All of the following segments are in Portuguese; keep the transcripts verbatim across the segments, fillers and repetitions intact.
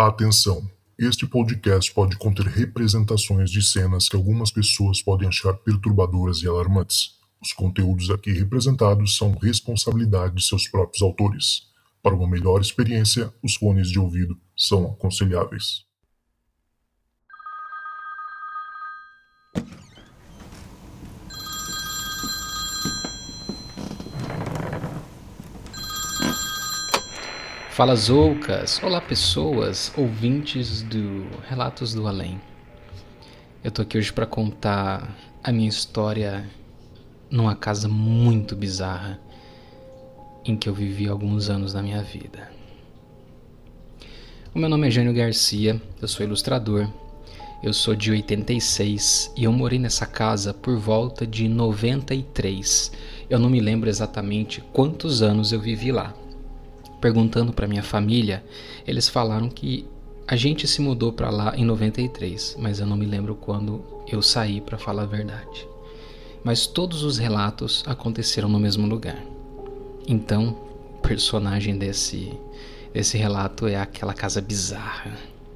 Atenção! Este podcast pode conter representações de cenas que algumas pessoas podem achar perturbadoras e alarmantes. Os conteúdos aqui representados são responsabilidade de seus próprios autores. Para uma melhor experiência, os fones de ouvido são aconselháveis. Fala Zoucas! Olá pessoas, ouvintes do Relatos do Além. Eu tô aqui hoje para contar a minha história numa casa muito bizarra em que eu vivi alguns anos da minha vida. O meu nome é Jânio Garcia, eu sou ilustrador, eu sou de oitenta e seis e eu morei nessa casa por volta de noventa e três. Eu não me lembro exatamente quantos anos eu vivi lá. Perguntando para minha família, eles falaram que a gente se mudou para lá em noventa e três, mas eu não me lembro quando eu saí, para falar a verdade. Mas todos os relatos aconteceram no mesmo lugar. Então, o personagem desse, desse relato é aquela casa bizarra.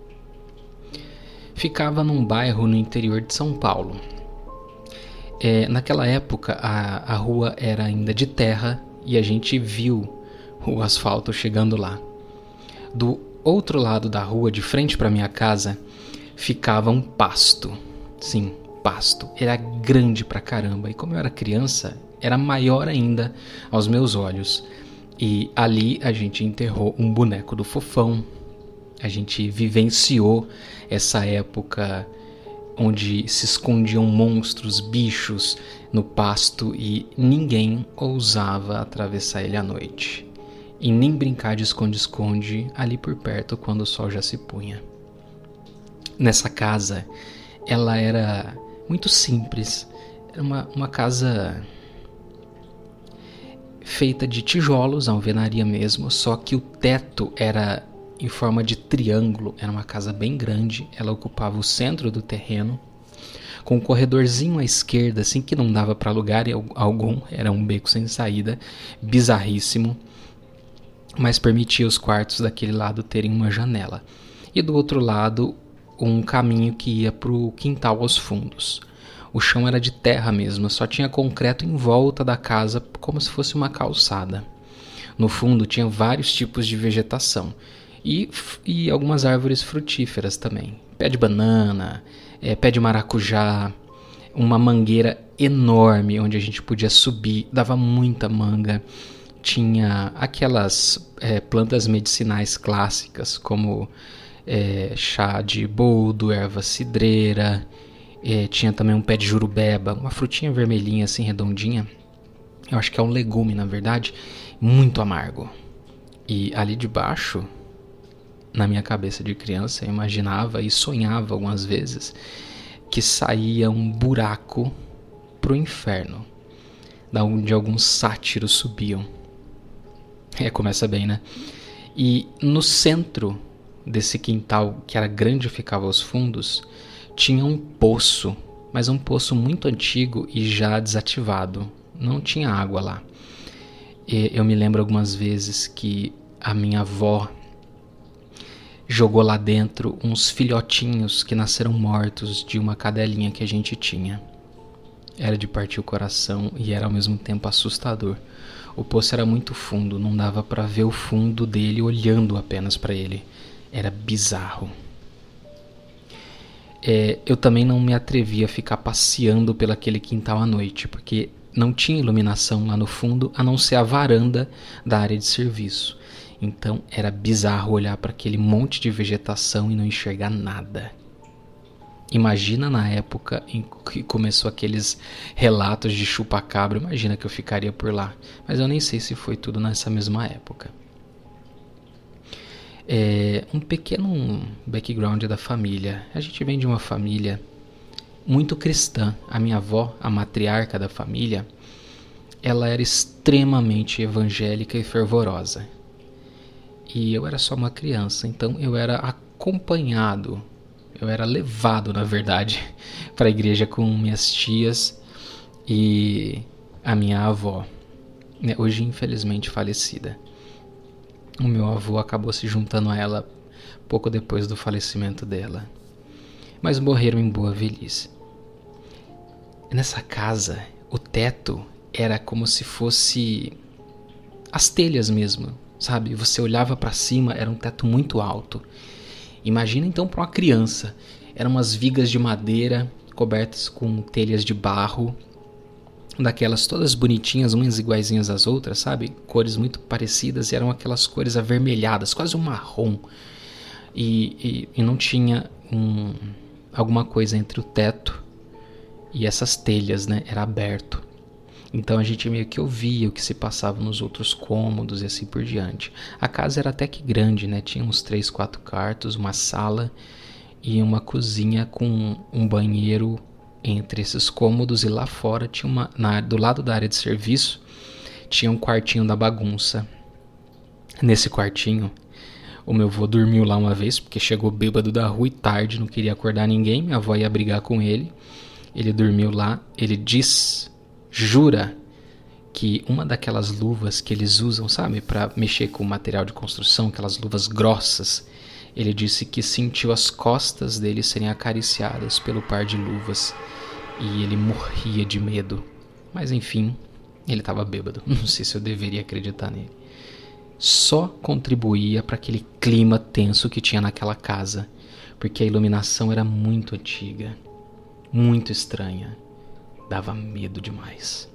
Ficava num bairro no interior de São Paulo. É, naquela época, a, a rua era ainda de terra e a gente viu o asfalto chegando lá. Do outro lado da rua, de frente para minha casa, ficava um pasto. Sim, pasto. Era grande pra caramba. E como eu era criança, era maior ainda aos meus olhos. E ali a gente enterrou um boneco do Fofão. A gente vivenciou essa época onde se escondiam monstros, bichos no pasto e ninguém ousava atravessar ele à noite. E nem brincar de esconde-esconde ali por perto quando o sol já se punha. Nessa casa, ela era muito simples. Era uma, uma casa feita de tijolos, alvenaria mesmo, só que o teto era em forma de triângulo. Era uma casa bem grande, ela ocupava o centro do terreno, com um corredorzinho à esquerda, assim, que não dava para lugar algum, era um beco sem saída, bizarríssimo, mas permitia os quartos daquele lado terem uma janela. E do outro lado, um caminho que ia para o quintal aos fundos. O chão era de terra mesmo, só tinha concreto em volta da casa, como se fosse uma calçada. No fundo tinha vários tipos de vegetação e, e algumas árvores frutíferas também. Pé de banana, é, pé de maracujá, uma mangueira enorme onde a gente podia subir, dava muita manga. Tinha aquelas é, plantas medicinais clássicas, como é, chá de boldo, erva cidreira. É, tinha também um pé de jurubeba, uma frutinha vermelhinha assim, redondinha. Eu acho que é um legume, na verdade, muito amargo. E ali debaixo, na minha cabeça de criança, eu imaginava e sonhava algumas vezes que saía um buraco pro inferno, da onde alguns sátiros subiam. É, começa bem, né? E no centro desse quintal, que era grande e ficava aos fundos, tinha um poço, mas um poço muito antigo e já desativado. Não tinha água lá. E eu me lembro algumas vezes que a minha avó jogou lá dentro uns filhotinhos que nasceram mortos de uma cadelinha que a gente tinha. Era de partir o coração e era ao mesmo tempo assustador. O poço era muito fundo, não dava para ver o fundo dele olhando apenas para ele. Era bizarro. É, eu também não me atrevia a ficar passeando pelaquele quintal à noite, porque não tinha iluminação lá no fundo, a não ser a varanda da área de serviço. Então era bizarro olhar para aquele monte de vegetação e não enxergar nada. Imagina na época em que começou aqueles relatos de chupa-cabra, imagina que eu ficaria por lá. Mas eu nem sei se foi tudo nessa mesma época. É, um pequeno background da família. A gente vem de uma família muito cristã. A minha avó, a matriarca da família, ela era extremamente evangélica e fervorosa. E eu era só uma criança, então eu era acompanhado, eu era levado, na verdade, para a igreja com minhas tias e a minha avó, né, hoje infelizmente falecida. O meu avô acabou se juntando a ela pouco depois do falecimento dela. Mas morreram em boa velhice. Nessa casa, o teto era como se fosse as telhas mesmo, sabe? Você olhava para cima, era um teto muito alto. Imagina então para uma criança, eram umas vigas de madeira cobertas com telhas de barro, daquelas todas bonitinhas, umas iguaizinhas às outras, sabe? Cores muito parecidas, e eram aquelas cores avermelhadas, quase um marrom. E, e, e não tinha um, alguma coisa entre o teto e essas telhas, né? Era aberto. Então a gente meio que ouvia o que se passava nos outros cômodos e assim por diante. A casa era até que grande, né? Tinha uns três, quatro quartos, uma sala e uma cozinha com um banheiro entre esses cômodos, e lá fora tinha uma, na, do lado da área de serviço, tinha um quartinho da bagunça. Nesse quartinho, o meu avô dormiu lá uma vez, porque chegou bêbado da rua e tarde, não queria acordar ninguém, minha avó ia brigar com ele. Ele dormiu lá, ele diz, jura, que uma daquelas luvas que eles usam, sabe, para mexer com material de construção, aquelas luvas grossas, ele disse que sentiu as costas dele serem acariciadas pelo par de luvas. E ele morria de medo. Mas enfim, ele estava bêbado. Não sei se eu deveria acreditar nele. Só contribuía para aquele clima tenso que tinha naquela casa, porque a iluminação era muito antiga, muito estranha. Dava medo demais.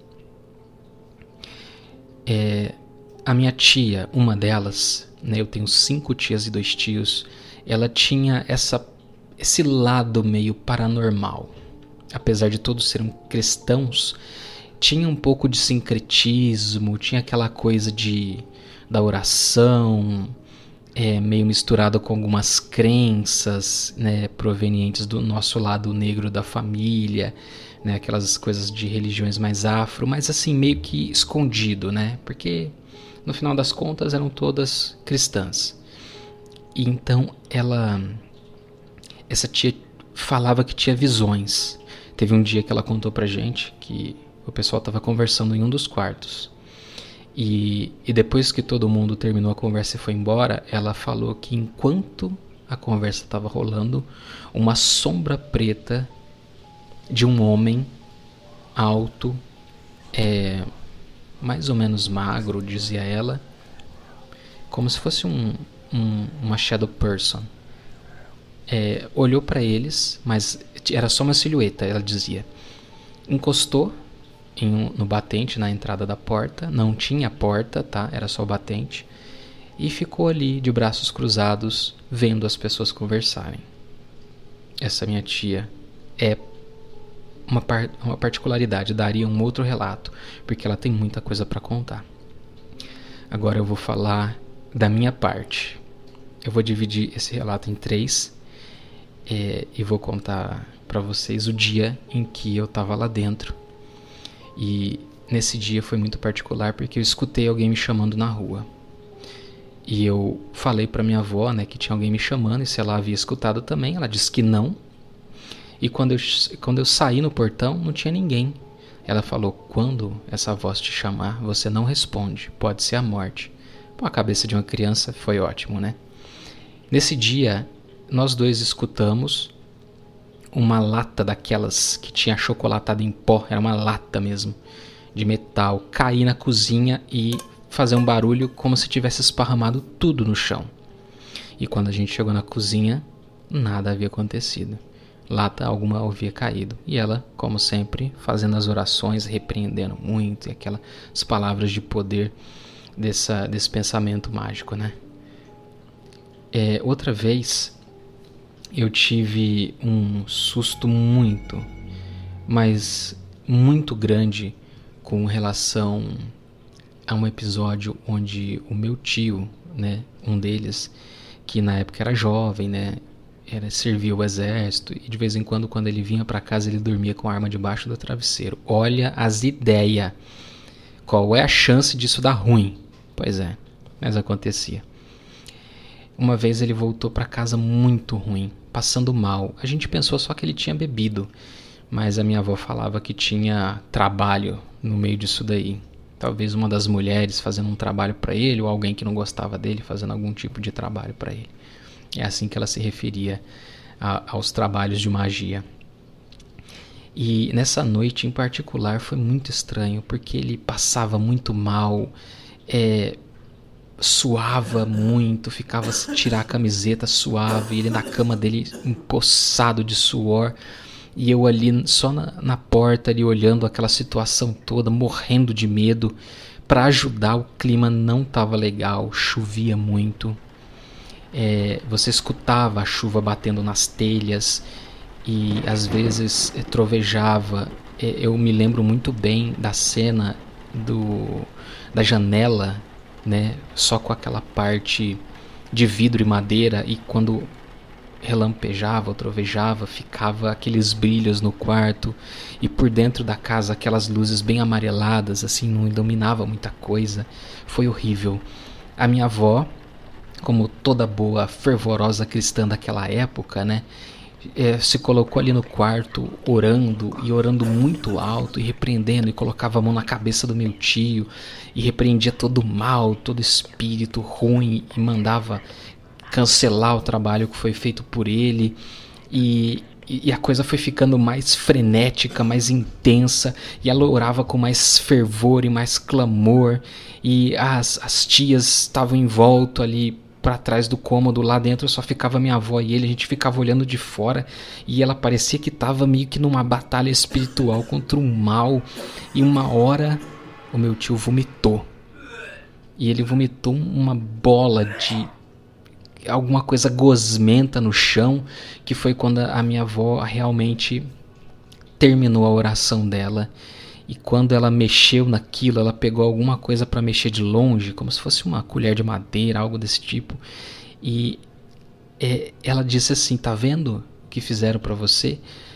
É, a minha tia, uma delas, né, eu tenho cinco tias e dois tios, ela tinha essa, esse lado meio paranormal. Apesar de todos serem cristãos, tinha um pouco de sincretismo, tinha aquela coisa de, da oração, é, meio misturado com algumas crenças, né, provenientes do nosso lado negro da família, né, aquelas coisas de religiões mais afro, mas assim, meio que escondido, né, porque no final das contas eram todas cristãs. E então ela, essa tia falava que tinha visões. Teve um dia que ela contou pra gente que o pessoal estava conversando em um dos quartos. E, e depois que todo mundo terminou a conversa e foi embora, ela falou que enquanto a conversa estava rolando, uma sombra preta de um homem alto, é, mais ou menos magro, dizia ela, como se fosse um, um, uma shadow person. É, olhou para eles, mas era só uma silhueta, ela dizia. Encostou em um, no batente na entrada da porta, não tinha porta, tá? Era só o batente, e ficou ali de braços cruzados vendo as pessoas conversarem. Essa minha tia é uma, par, uma particularidade, daria um outro relato, porque ela tem muita coisa para contar. Agora eu vou falar da minha parte. Eu vou dividir esse relato em três. É, e vou contar para vocês o dia em que eu estava lá dentro. E nesse dia foi muito particular porque eu escutei alguém me chamando na rua. E eu falei para minha avó, né, que tinha alguém me chamando, e se ela havia escutado também. Ela disse que não. E quando eu, quando eu saí no portão, não tinha ninguém. Ela falou, quando essa voz te chamar, você não responde, pode ser a morte. Pô, a cabeça de uma criança foi ótimo, né? Nesse dia, nós dois escutamos uma lata daquelas que tinha achocolatado em pó, era uma lata mesmo, de metal, cair na cozinha e fazer um barulho como se tivesse esparramado tudo no chão. E quando a gente chegou na cozinha, nada havia acontecido. Lata alguma havia caído. E ela, como sempre, fazendo as orações, repreendendo muito, e aquelas palavras de poder dessa, desse pensamento mágico, né? É, outra vez eu tive um susto muito, mas muito grande com relação a um episódio onde o meu tio, né, um deles, que na época era jovem, né, era, servia o exército, e de vez em quando, quando ele vinha para casa, ele dormia com a arma debaixo do travesseiro. Olha as ideias. Qual é a chance disso dar ruim? Pois é, mas acontecia. Uma vez ele voltou para casa muito ruim, passando mal. A gente pensou só que ele tinha bebido, mas a minha avó falava que tinha trabalho no meio disso daí. Talvez uma das mulheres fazendo um trabalho para ele, ou alguém que não gostava dele fazendo algum tipo de trabalho para ele. É assim que ela se referia a, aos trabalhos de magia. E nessa noite em particular foi muito estranho, porque ele passava muito mal, é, suava muito, ficava a tirar a camiseta, suave, ele na cama dele empoçado de suor, e eu ali só na, na porta ali olhando aquela situação toda, morrendo de medo. Para ajudar, o clima não estava legal, chovia muito, é, você escutava a chuva batendo nas telhas e às vezes trovejava. É, eu me lembro muito bem da cena do, da janela, né, só com aquela parte de vidro e madeira, e quando relampejava ou trovejava, ficava aqueles brilhos no quarto, e por dentro da casa aquelas luzes bem amareladas, assim, não iluminava muita coisa. Foi horrível. A minha avó, como toda boa, fervorosa cristã daquela época, né, é, se colocou ali no quarto orando, e orando muito alto, e repreendendo, e colocava a mão na cabeça do meu tio, e repreendia todo o mal, todo espírito ruim, e mandava cancelar o trabalho que foi feito por ele, e, e a coisa foi ficando mais frenética, mais intensa, e ela orava com mais fervor e mais clamor, e as, as tias estavam em volta ali para trás do cômodo. Lá dentro só ficava minha avó e ele, a gente ficava olhando de fora, e ela parecia que estava meio que numa batalha espiritual contra o mal. E uma hora o meu tio vomitou, e ele vomitou uma bola de alguma coisa gosmenta no chão, que foi quando a minha avó realmente terminou a oração dela. E quando ela mexeu naquilo, ela pegou alguma coisa para mexer de longe, como se fosse uma colher de madeira, algo desse tipo, e é, ela disse assim: tá vendo o que fizeram para você?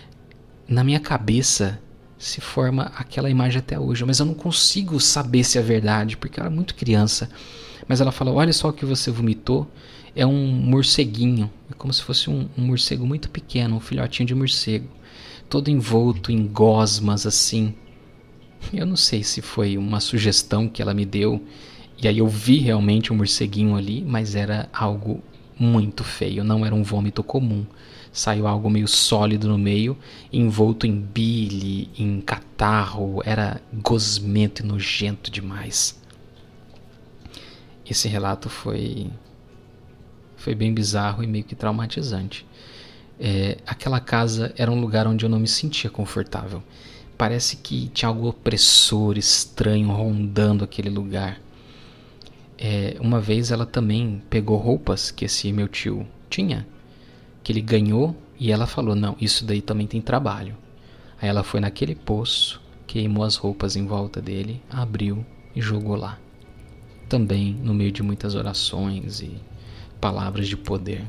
Na minha cabeça se forma aquela imagem até hoje, mas eu não consigo saber se é verdade, porque eu era muito criança. Mas ela falou: olha só o que você vomitou, é um morceguinho, é como se fosse um, um morcego muito pequeno, um filhotinho de morcego, todo envolto em gosmas assim. Eu não sei se foi uma sugestão que ela me deu, e aí eu vi realmente um morceguinho ali, mas era algo muito feio, não era um vômito comum. Saiu algo meio sólido no meio, envolto em bile, em catarro, era gosmento e nojento demais. Esse relato foi, foi bem bizarro e meio que traumatizante. É, aquela casa era um lugar onde eu não me sentia confortável. Parece que tinha algo opressor, estranho, rondando aquele lugar. É, uma vez ela também pegou roupas que esse meu tio tinha, que ele ganhou, e ela falou: não, isso daí também tem trabalho. Aí ela foi naquele poço, queimou as roupas em volta dele, abriu e jogou lá. Também no meio de muitas orações e palavras de poder.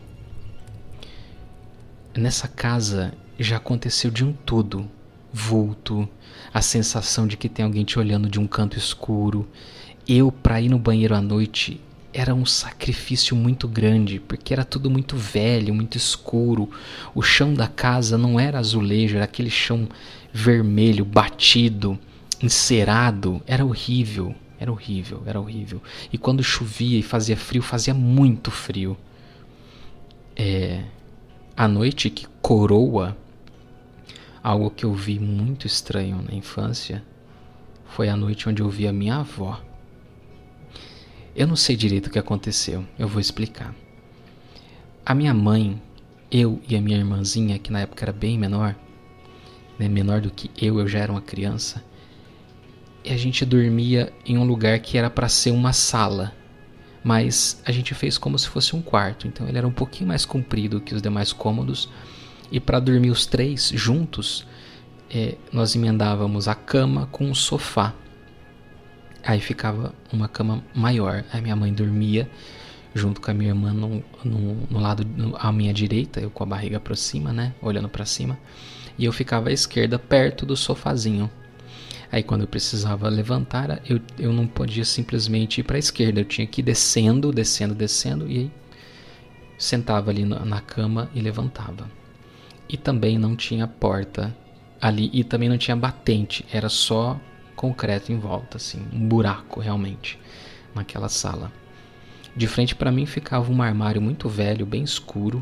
Nessa casa já aconteceu de um tudo. Vulto, a sensação de que tem alguém te olhando de um canto escuro. Eu, para ir no banheiro à noite, era um sacrifício muito grande, porque era tudo muito velho, muito escuro. O chão da casa não era azulejo, era aquele chão vermelho, batido, encerado. Era horrível, era horrível, era horrível. E quando chovia e fazia frio, fazia muito frio. É, a noite que coroa algo que eu vi muito estranho na infância foi a noite onde eu vi a minha avó. Eu não sei direito o que aconteceu, eu vou explicar. A minha mãe, eu e a minha irmãzinha, que na época era bem menor, né, menor do que eu, eu já era uma criança, e a gente dormia em um lugar que era para ser uma sala, mas a gente fez como se fosse um quarto, então ele era um pouquinho mais comprido que os demais cômodos. E para dormir os três juntos, é, nós emendávamos a cama com o sofá. Aí ficava uma cama maior. Aí minha mãe dormia junto com a minha irmã no, no, no lado no, à minha direita, eu com a barriga para cima, né, olhando para cima. E eu ficava à esquerda, perto do sofazinho. Aí quando eu precisava levantar, eu, eu não podia simplesmente ir para a esquerda. Eu tinha que ir descendo, descendo, descendo. E aí sentava ali na, na cama e levantava. E também não tinha porta ali, e também não tinha batente, era só concreto em volta, assim, um buraco realmente naquela sala. De frente para mim ficava um armário muito velho, bem escuro.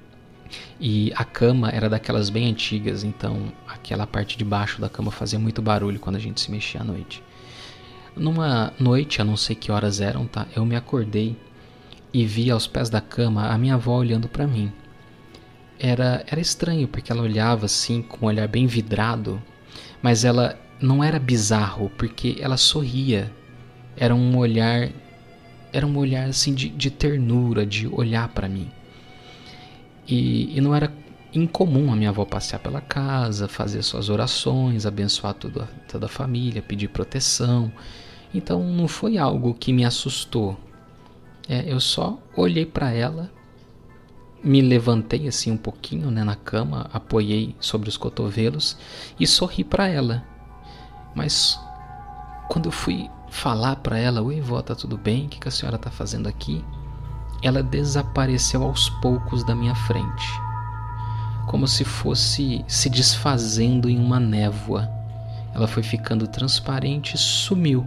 E a cama era daquelas bem antigas, então aquela parte de baixo da cama fazia muito barulho quando a gente se mexia à noite. Numa noite, a não sei que horas eram, tá? Eu me acordei e vi aos pés da cama a minha avó olhando para mim. Era, era estranho, porque ela olhava assim, com um olhar bem vidrado, mas ela não era bizarro, porque ela sorria. Era um olhar, era um olhar assim de, de ternura, de olhar para mim. E, e não era incomum a minha avó passear pela casa, fazer suas orações, abençoar tudo, toda a família, pedir proteção. Então não foi algo que me assustou. É, eu só olhei para ela, me levantei assim um pouquinho, né, na cama, apoiei sobre os cotovelos e sorri para ela. Mas quando eu fui falar para ela, oi vó, tá tudo bem? O que, que a senhora tá fazendo aqui? Ela desapareceu aos poucos da minha frente, como se fosse se desfazendo em uma névoa. Ela foi ficando transparente e sumiu.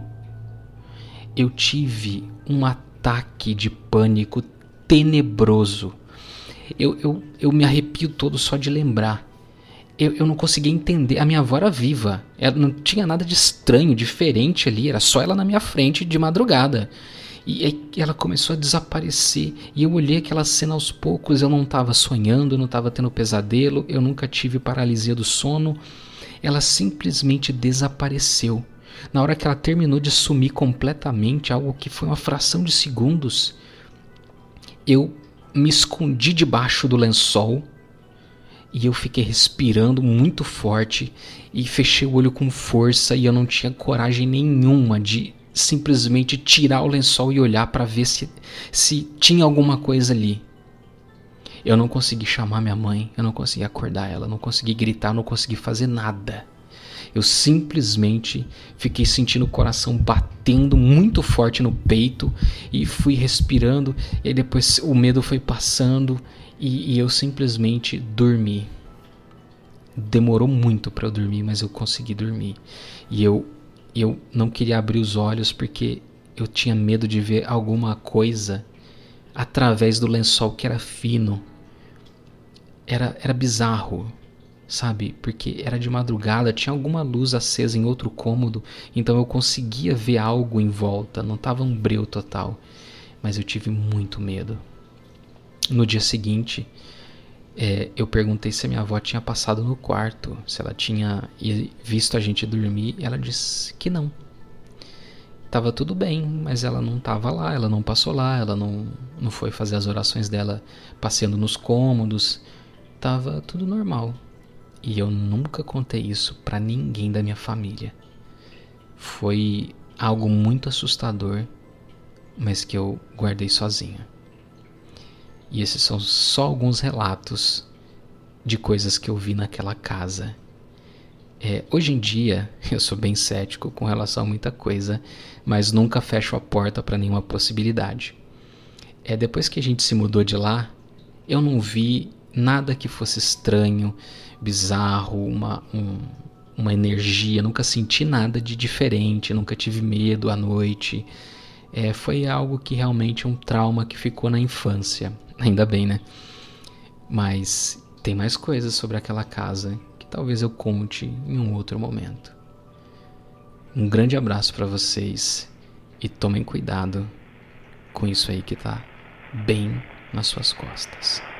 Eu tive um ataque de pânico tenebroso. Eu, eu, eu me arrepio todo só de lembrar. Eu, eu não conseguia entender. A minha avó era viva. Ela não tinha nada de estranho, diferente ali. Era só ela na minha frente de madrugada. E aí ela começou a desaparecer. E eu olhei aquela cena aos poucos. Eu não estava sonhando, eu não estava tendo pesadelo. Eu nunca tive paralisia do sono. Ela simplesmente desapareceu. Na hora que ela terminou de sumir completamente, algo que foi uma fração de segundos, eu me escondi debaixo do lençol e eu fiquei respirando muito forte e fechei o olho com força, e eu não tinha coragem nenhuma de simplesmente tirar o lençol e olhar para ver se, se tinha alguma coisa ali. Eu não consegui chamar minha mãe, eu não consegui acordar ela, não consegui gritar, não consegui fazer nada. Eu simplesmente fiquei sentindo o coração batendo muito forte no peito e fui respirando, e aí depois o medo foi passando e, e eu simplesmente dormi. Demorou muito para eu dormir, mas eu consegui dormir. E eu, eu não queria abrir os olhos porque eu tinha medo de ver alguma coisa através do lençol que era fino. Era, era bizarro, sabe? Porque era de madrugada, tinha alguma luz acesa em outro cômodo, então eu conseguia ver algo em volta, não estava um breu total. Mas eu tive muito medo. No dia seguinte, é, eu perguntei se a minha avó tinha passado no quarto, se ela tinha visto a gente dormir, e ela disse que não. Tava tudo bem, mas ela não estava lá, ela não passou lá, ela não, não foi fazer as orações dela passeando nos cômodos. Tava tudo normal. E eu nunca contei isso pra ninguém da minha família. Foi algo muito assustador, mas que eu guardei sozinho. E esses são só alguns relatos de coisas que eu vi naquela casa. É, hoje em dia, eu sou bem cético com relação a muita coisa, mas nunca fecho a porta para nenhuma possibilidade. É, depois que a gente se mudou de lá, eu não vi nada que fosse estranho, bizarro, uma, um, uma energia, nunca senti nada de diferente, nunca tive medo à noite. É, foi algo que realmente é um trauma que ficou na infância, ainda bem, né? Mas tem mais coisas sobre aquela casa que talvez eu conte em um outro momento. Um grande abraço para vocês e tomem cuidado com isso aí que tá bem nas suas costas.